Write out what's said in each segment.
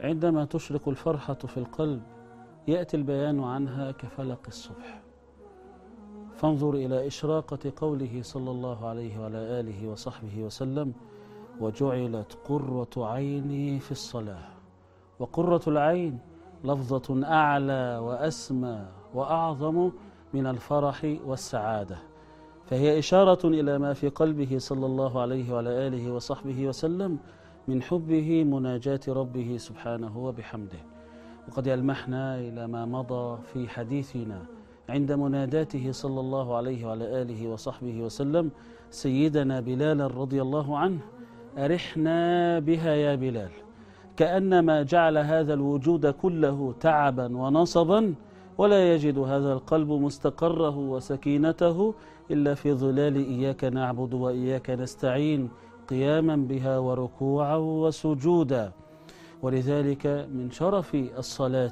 عندما تشرق الفرحة في القلب يأتي البيان عنها كفلق الصبح. فانظر إلى إشراقة قوله صلى الله عليه وعلى آله وصحبه وسلم: وجعلت قرة عيني في الصلاة. وقرة العين لفظة أعلى وأسمى وأعظم من الفرح والسعادة، فهي إشارة إلى ما في قلبه صلى الله عليه وعلى آله وصحبه وسلم من حبه مناجاة ربه سبحانه وبحمده. وقد يلمحنا إلى ما مضى في حديثنا عند مناداته صلى الله عليه وعلى آله وصحبه وسلم سيدنا بلال رضي الله عنه: أرحنا بها يا بلال. كأنما جعل هذا الوجود كله تعبا ونصبا، ولا يجد هذا القلب مستقره وسكينته إلا في ظلال إياك نعبد وإياك نستعين، قياما بها وركوعا وسجودا. ولذلك من شرف الصلاة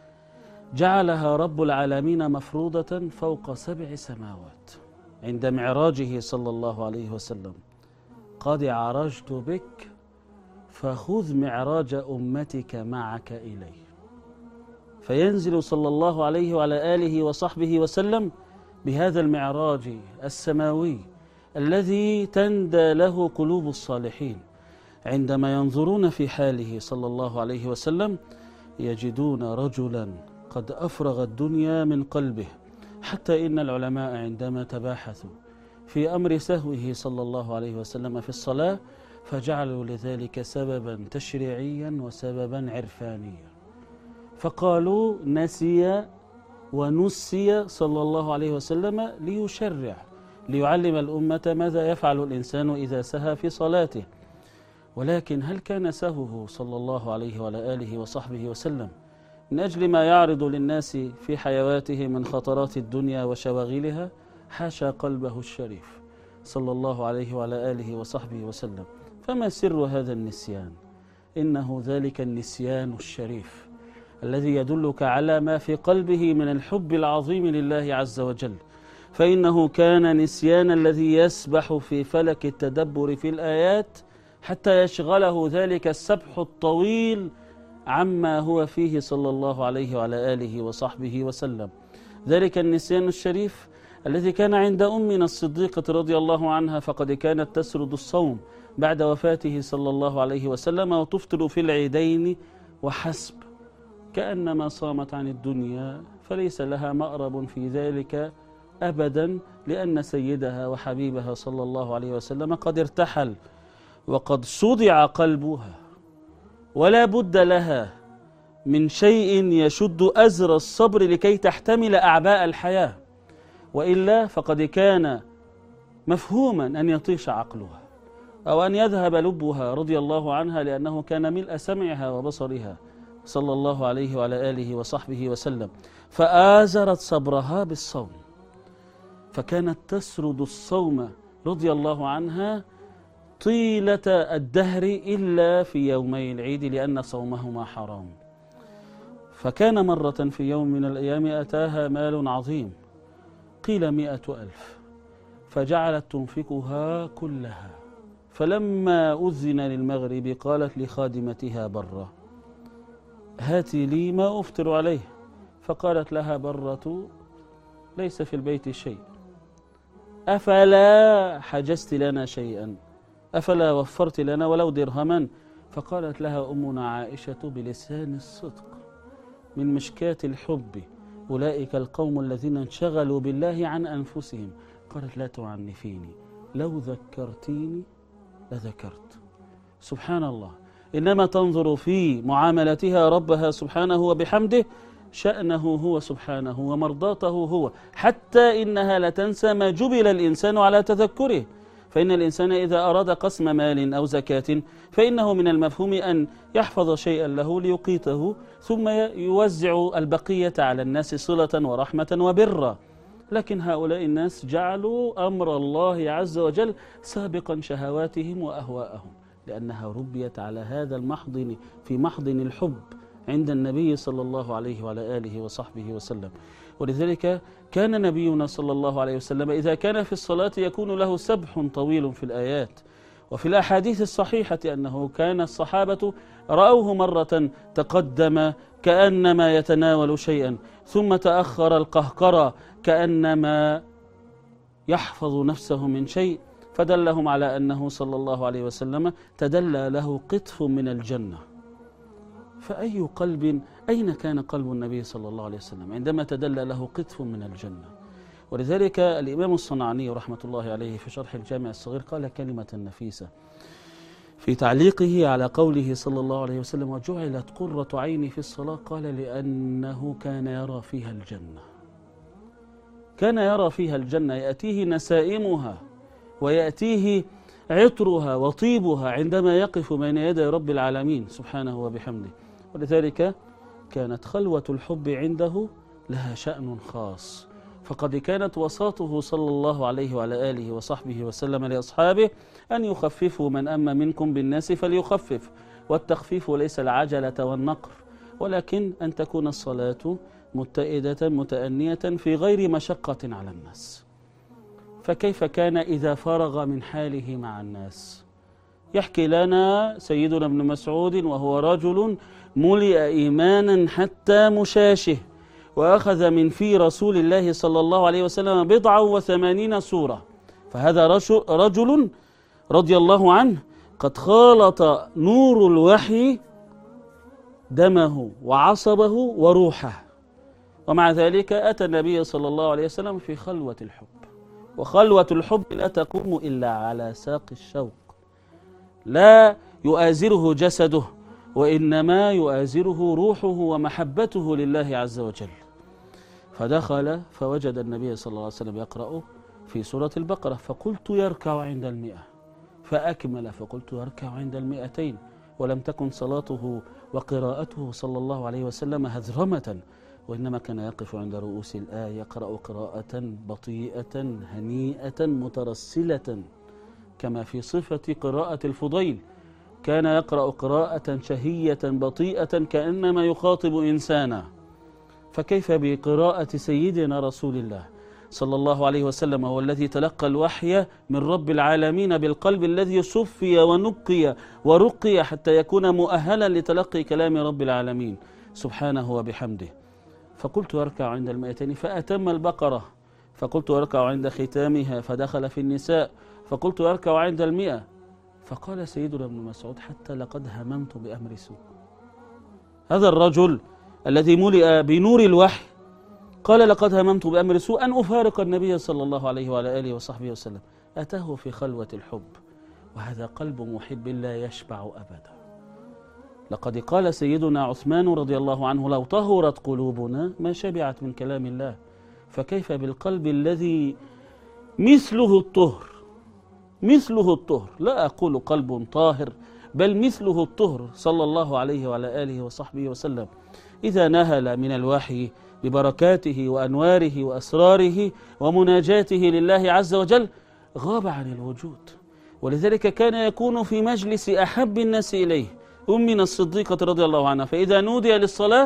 جعلها رب العالمين مفروضة فوق 7 سماوات عند معراجه صلى الله عليه وسلم: قد عرجت بك فخذ معراج أمتك معك إلي. فينزل صلى الله عليه وعلى آله وصحبه وسلم بهذا المعراج السماوي الذي تندى له قلوب الصالحين. عندما ينظرون في حاله صلى الله عليه وسلم يجدون رجلا قد أفرغ الدنيا من قلبه، حتى إن العلماء عندما تباحثوا في أمر سهوه صلى الله عليه وسلم في الصلاة فجعلوا لذلك سببا تشريعيا وسببا عرفانيا، فقالوا نسي ونسي صلى الله عليه وسلم ليشرع، ليعلم الأمة ماذا يفعل الإنسان إذا سهى في صلاته. ولكن هل كان سهوه صلى الله عليه وعلى آله وصحبه وسلم من أجل ما يعرض للناس في حيواته من خطرات الدنيا وشواغلها؟ حاشا قلبه الشريف صلى الله عليه وعلى آله وصحبه وسلم. فما سر هذا النسيان؟ إنه ذلك النسيان الشريف الذي يدلك على ما في قلبه من الحب العظيم لله عز وجل. فإنه كان نسيان الذي يسبح في فلك التدبر في الآيات حتى يشغله ذلك السبح الطويل عما هو فيه صلى الله عليه وعلى آله وصحبه وسلم. ذلك النسيان الشريف الذي كان عند أمنا الصديقة رضي الله عنها، فقد كانت تسرد الصوم بعد وفاته صلى الله عليه وسلم وتفطر في العيدين وحسب، كأنما صامت عن الدنيا فليس لها مأرب في ذلك أبدا، لأن سيدها وحبيبها صلى الله عليه وسلم قد ارتحل وقد صدع قلبها، ولا بد لها من شيء يشد أزر الصبر لكي تحتمل أعباء الحياة، وإلا فقد كان مفهوما أن يطيش عقلها أو أن يذهب لبها رضي الله عنها، لأنه كان ملء سمعها وبصرها صلى الله عليه وعلى آله وصحبه وسلم. فآزرت صبرها بالصوم، فكانت تسرد الصوم رضي الله عنها طيلة الدهر إلا في يومي العيد، لأن صومهما حرام. فكان مرة في يوم من الأيام أتاها مال عظيم، قيل 100,000، فجعلت تنفقها كلها. فلما أذن للمغرب قالت لخادمتها برة: هاتي لي ما أفطر عليه. فقالت لها برة: ليس في البيت شيء، أفلا حجزت لنا شيئا؟ أفلا وفرت لنا ولو درهما؟ فقالت لها أمنا عائشة بلسان الصدق من مشكاة الحب: أولئك القوم الذين انشغلوا بالله عن أنفسهم. قالت: لا تعنفيني، لو ذكرتيني لذكرت. سبحان الله، إنما تنظر في معاملتها ربها سبحانه وبحمده شأنه هو سبحانه ومرضاته هو، حتى إنها لتنسى ما جبل الإنسان على تذكره. فإن الإنسان إذا أراد قسم مال أو زكاة فإنه من المفهوم أن يحفظ شيئا له ليقيته، ثم يوزع البقية على الناس صلة ورحمة وبرا. لكن هؤلاء الناس جعلوا أمر الله عز وجل سابقا شهواتهم وأهواءهم، لأنها ربيت على هذا المحضن، في محضن الحب عند النبي صلى الله عليه وعلى آله وصحبه وسلم. ولذلك كان نبينا صلى الله عليه وسلم إذا كان في الصلاة يكون له سبح طويل في الآيات، وفي الأحاديث الصحيحة أنه كان الصحابة رأوه مرة تقدم كأنما يتناول شيئا، ثم تأخر القهقرة كأنما يحفظ نفسه من شيء، فدلهم على أنه صلى الله عليه وسلم تدلى له قطف من الجنة. فأي قلب، أين كان قلب النبي صلى الله عليه وسلم عندما تدلى له قطف من الجنة؟ ولذلك الإمام الصنعاني رحمة الله عليه في شرح الجامع الصغير قال كلمة نفيسة في تعليقه على قوله صلى الله عليه وسلم: وجعلت قرة عيني في الصلاة، قال: لأنه كان يرى فيها الجنة. كان يرى فيها الجنة، يأتيه نسائمها ويأتيه عطرها وطيبها عندما يقف بين يدي رب العالمين سبحانه وبحمده. ولذلك كانت خلوة الحب عنده لها شأن خاص، فقد كانت وصاته صلى الله عليه وعلى آله وصحبه وسلم لأصحابه أن يخففوا: من أما منكم بالناس فليخفف. والتخفيف ليس العجلة والنقر، ولكن أن تكون الصلاة متئدة متأنية في غير مشقة على الناس. فكيف كان إذا فرغ من حاله مع الناس؟ يحكي لنا سيدنا ابن مسعود وهو رجل ملئ إيمانا حتى مشاشه، وأخذ من في رسول الله صلى الله عليه وسلم 89 سورة. فهذا رجل رضي الله عنه قد خالط نور الوحي دمه وعصبه وروحه، ومع ذلك أتى النبي صلى الله عليه وسلم في خلوة الحب. وخلوة الحب لا تقوم إلا على ساق الشوق، لا يؤازره جسده، وإنما يؤازره روحه ومحبته لله عز وجل. فدخل فوجد النبي صلى الله عليه وسلم يقرأ في سورة البقرة، فقلت يركع عند 100، فأكمل فقلت يركع عند 200، ولم تكن صلاته وقراءته صلى الله عليه وسلم هذرمة، وإنما كان يقف عند رؤوس الآية يقرأ قراءة بطيئة هنيئة مترسلة، كما في صفة قراءة الفضيل، كان يقرأ قراءة شهية بطيئة كأنما يخاطب إنسانا. فكيف بقراءة سيدنا رسول الله صلى الله عليه وسلم، هو الذي تلقى الوحي من رب العالمين بالقلب الذي صفي ونقي ورقي حتى يكون مؤهلا لتلقي كلام رب العالمين سبحانه وبحمده. فقلت يركع عند 200 فأتم البقرة، فقلت يركع عند ختامها، فدخل في النساء فقلت يركع عند 100. فقال سيدنا ابن مسعود: حتى لقد هممت بأمر سوء. هذا الرجل الذي ملئ بنور الوحي قال: لقد هممت بأمر سوء أن أفارق النبي صلى الله عليه وعلى آله وصحبه وسلم. أتاه في خلوة الحب، وهذا قلب محب لا يشبع أبدا. لقد قال سيدنا عثمان رضي الله عنه: لو طهرت قلوبنا ما شبعت من كلام الله. فكيف بالقلب الذي مثله الطهر، مثله الطهر، لا أقول قلب طاهر، بل مثله الطهر صلى الله عليه وعلى آله وصحبه وسلم، إذا نهل من الوحي ببركاته وأنواره وأسراره ومناجاته لله عز وجل غاب عن الوجود. ولذلك كان يكون في مجلس أحب الناس إليه أمنا الصديقة رضي الله عنها، فإذا نودي للصلاة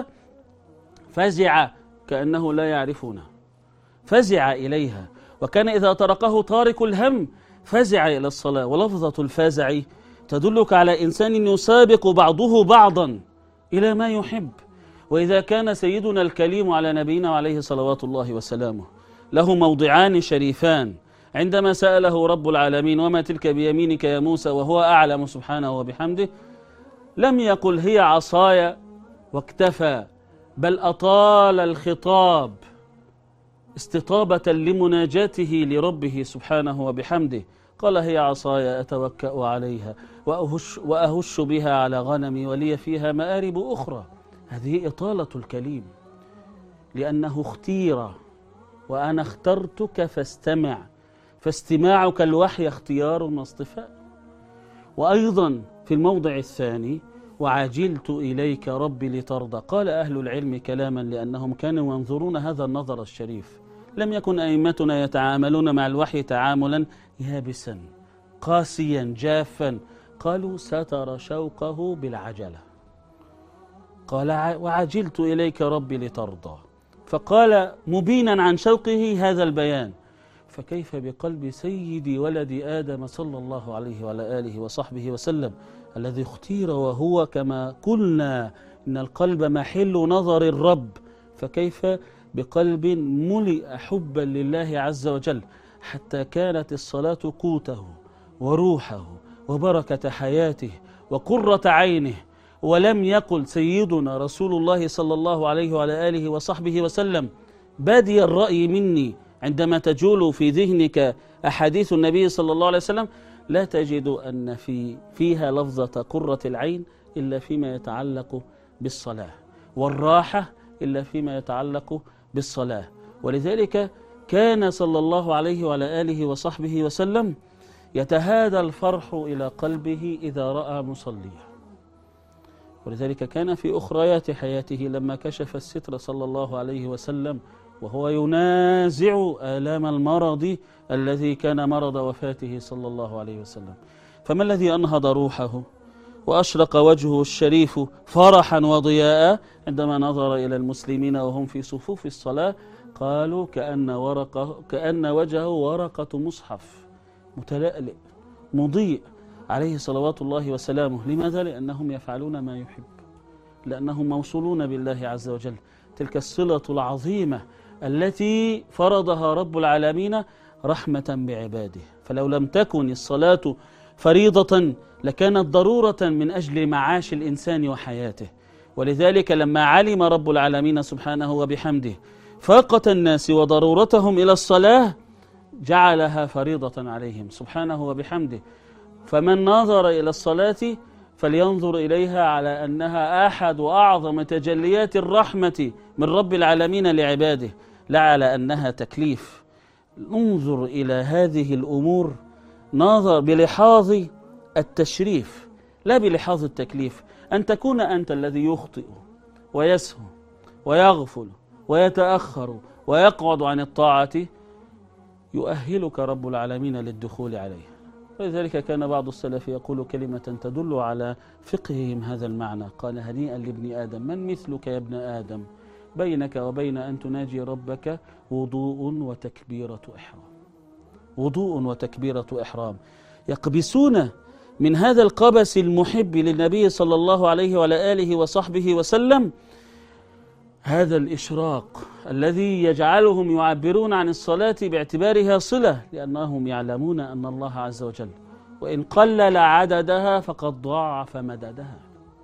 فزع كأنه لا يعرفنا، فزع إليها. وكان إذا طرقه طارق الهم فزع إلى الصلاة. ولفظة الفازع تدلك على إنسان يسابق بعضه بعضا إلى ما يحب. وإذا كان سيدنا الكليم على نبينا عليه صلوات الله وسلامه له موضعان شريفان، عندما سأله رب العالمين: وما تلك بيمينك يا موسى، وهو أعلم سبحانه وبحمده، لم يقل هي عصاي واكتفى، بل أطال الخطاب استطابة لمناجاته لربه سبحانه وبحمده. قال: هي عصاي أتوكأ عليها وأهش بها على غنمي ولي فيها مآرب أخرى. هذه إطالة الكليم، لأنه اختير، وأنا اخترتك فاستمع، فاستماعك الوحي اختيار واصطفاء. وأيضا في الموضع الثاني: وعجلت إليك ربي لترضى. قال أهل العلم كلاما لأنهم كانوا ينظرون هذا النظر الشريف. لم يكن أئمتنا يتعاملون مع الوحي تعاملا يابسا قاسيا جافا، قالوا: ستر شوقه بالعجلة. قال: وعجلت إليك ربي لترضى، فقال مبينا عن شوقه هذا البيان. فكيف بقلب سيد ولد آدم صلى الله عليه وعلى آله وصحبه وسلم الذي اختير، وهو كما قلنا إن القلب محل نظر الرب، فكيف بقلب ملئ حبا لله عز وجل حتى كانت الصلاة قوته وروحه وبركة حياته وقرة عينه. ولم يقل سيدنا رسول الله صلى الله عليه وعلى آله وصحبه وسلم بادي الرأي مني عندما تجول في ذهنك أحاديث النبي صلى الله عليه وسلم لا تجد أن فيها لفظة قرة العين إلا فيما يتعلق بالصلاة، والراحة إلا فيما يتعلق بالصلاة. ولذلك كان صلى الله عليه وعلى آله وصحبه وسلم يتهادى الفرح إلى قلبه إذا رأى مصليا. ولذلك كان في أخريات حياته لما كشف الستر صلى الله عليه وسلم وهو ينازع آلام المرض الذي كان مرض وفاته صلى الله عليه وسلم، فما الذي أنهض روحه وأشرق وجهه الشريف فرحا وضياء عندما نظر إلى المسلمين وهم في صفوف الصلاة؟ قالوا كأن وجهه ورقة مصحف متلألئ مضيء عليه صلوات الله وسلامه. لماذا؟ لأنهم يفعلون ما يحب، لأنهم موصولون بالله عز وجل. تلك الصلة العظيمة التي فرضها رب العالمين رحمة بعباده، فلو لم تكن الصلاة فريضة لكانت ضرورة من أجل معاش الإنسان وحياته. ولذلك لما علم رب العالمين سبحانه وبحمده فاقة الناس وضرورتهم إلى الصلاة جعلها فريضة عليهم سبحانه وبحمده. فمن نظر إلى الصلاة فلينظر إليها على أنها أحد وأعظم تجليات الرحمة من رب العالمين لعباده، لا على أنها تكليف. انظر إلى هذه الأمور نظر بلحاظ التشريف لا بلحاظ التكليف. أن تكون أنت الذي يخطئ ويسهو ويغفل ويتأخر ويقعد عن الطاعة يؤهلك رب العالمين للدخول عليه. ولذلك كان بعض السلف يقول كلمة تدل على فقههم هذا المعنى، قال: هنيئا لابن آدم، من مثلك يا ابن آدم؟ بينك وبين أن تناجي ربك وضوء وتكبيرة إحرام. وضوء وتكبيرة إحرام. يقبسون من هذا القبس المحب للنبي صلى الله عليه وعلى آله وصحبه وسلم هذا الإشراق الذي يجعلهم يعبرون عن الصلاة باعتبارها صلة، لأنهم يعلمون أن الله عز وجل وإن قلل عددها فقد ضاعف مددها.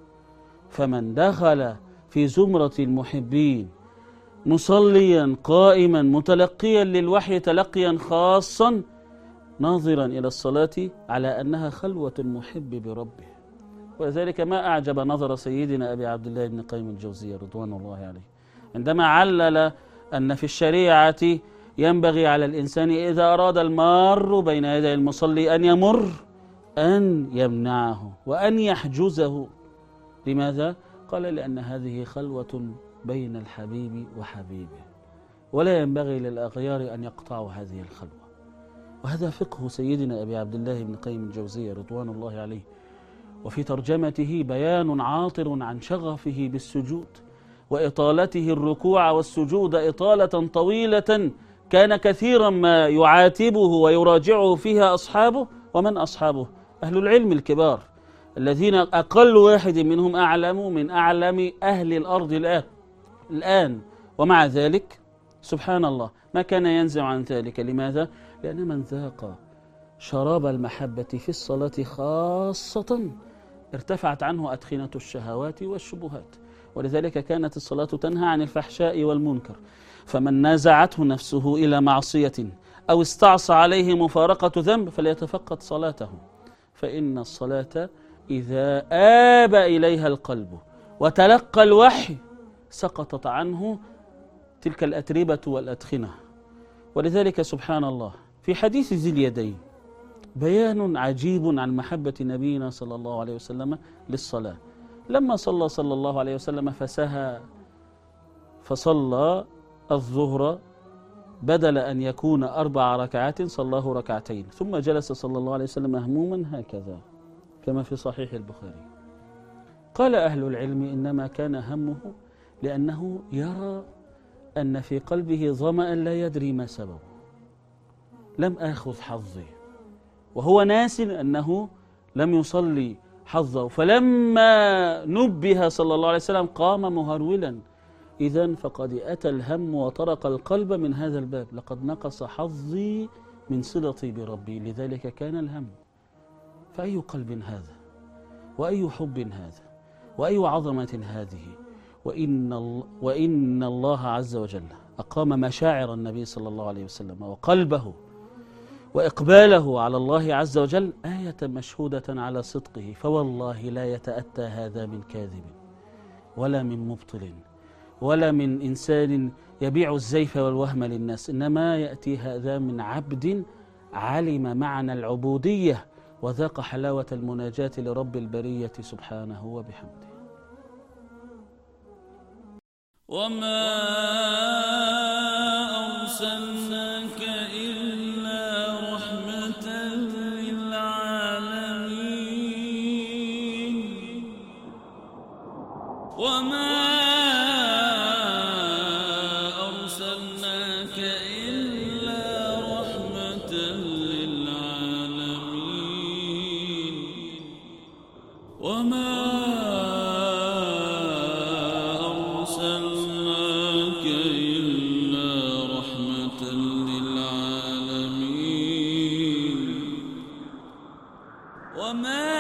فمن دخل في زمرة المحبين مصليا قائما متلقيا للوحي تلقيا خاصا ناظرا إلى الصلاة على أنها خلوة المحب بربه. ولذلك ما أعجب نظر سيدنا أبي عبد الله بن قيم الجوزية رضوان الله عليه عندما علل أن في الشريعة ينبغي على الإنسان إذا أراد المار بين يدي المصلي أن يمر أن يمنعه وأن يحجزه. لماذا؟ قال: لأن هذه خلوة بين الحبيب وحبيبه، ولا ينبغي للأغيار أن يقطعوا هذه الخلوة. وهذا فقه سيدنا أبي عبد الله بن قيم الجوزية رضوان الله عليه. وفي ترجمته بيان عاطر عن شغفه بالسجود وإطالته الركوع والسجود إطالة طويلة كان كثيرا ما يعاتبه ويراجعه فيها أصحابه. ومن أصحابه؟ أهل العلم الكبار الذين أقل واحد منهم أعلم من أعلم أهل الأرض الآن. ومع ذلك سبحان الله ما كان ينزع عن ذلك. لماذا؟ لأن من ذاق شراب المحبة في الصلاة خاصة ارتفعت عنه أدخنة الشهوات والشبهات. ولذلك كانت الصلاة تنهى عن الفحشاء والمنكر. فمن نازعته نفسه إلى معصية أو استعصى عليه مفارقة ذنب فليتفقد صلاته، فإن الصلاة إذا آب إليها القلب وتلقى الوحي سقطت عنه تلك الأتربة والأدخنة. ولذلك سبحان الله في حديث ذي اليدين بيان عجيب عن محبة نبينا صلى الله عليه وسلم للصلاة. لما صلى الله عليه وسلم فسهى فصلى الظهر بدل أن يكون 4 ركعات صلاه ركعتين، ثم جلس صلى الله عليه وسلم مهموما هكذا كما في صحيح البخاري. قال أهل العلم إنما كان همه لأنه يرى أن في قلبه ظمأ لا يدري ما سببه، لم آخذ حظي، وهو ناس أنه لم يصلي حظه. فلما نبه صلى الله عليه وسلم قام مهرولا. إذن فقد أتى الهم وطرق القلب من هذا الباب، لقد نقص حظي من صلتي بربي، لذلك كان الهم. فأي قلب هذا، وأي حب هذا، وأي عظمة هذه. وإن الله عز وجل أقام مشاعر النبي صلى الله عليه وسلم وقلبه وإقباله على الله عز وجل آية مشهودة على صدقه. فوالله لا يتأتى هذا من كاذب، ولا من مبطل، ولا من إنسان يبيع الزيف والوهم للناس، إنما يأتي هذا من عبد علم معنى العبودية وذاق حلاوة المناجاة لرب البرية سبحانه وبحمده. وما أرسلناك إلا رحمة للعالمين. وما أرسلناك إلا رحمة للعالمين. وما أرسلناك إلا رحمة للعالمين. وما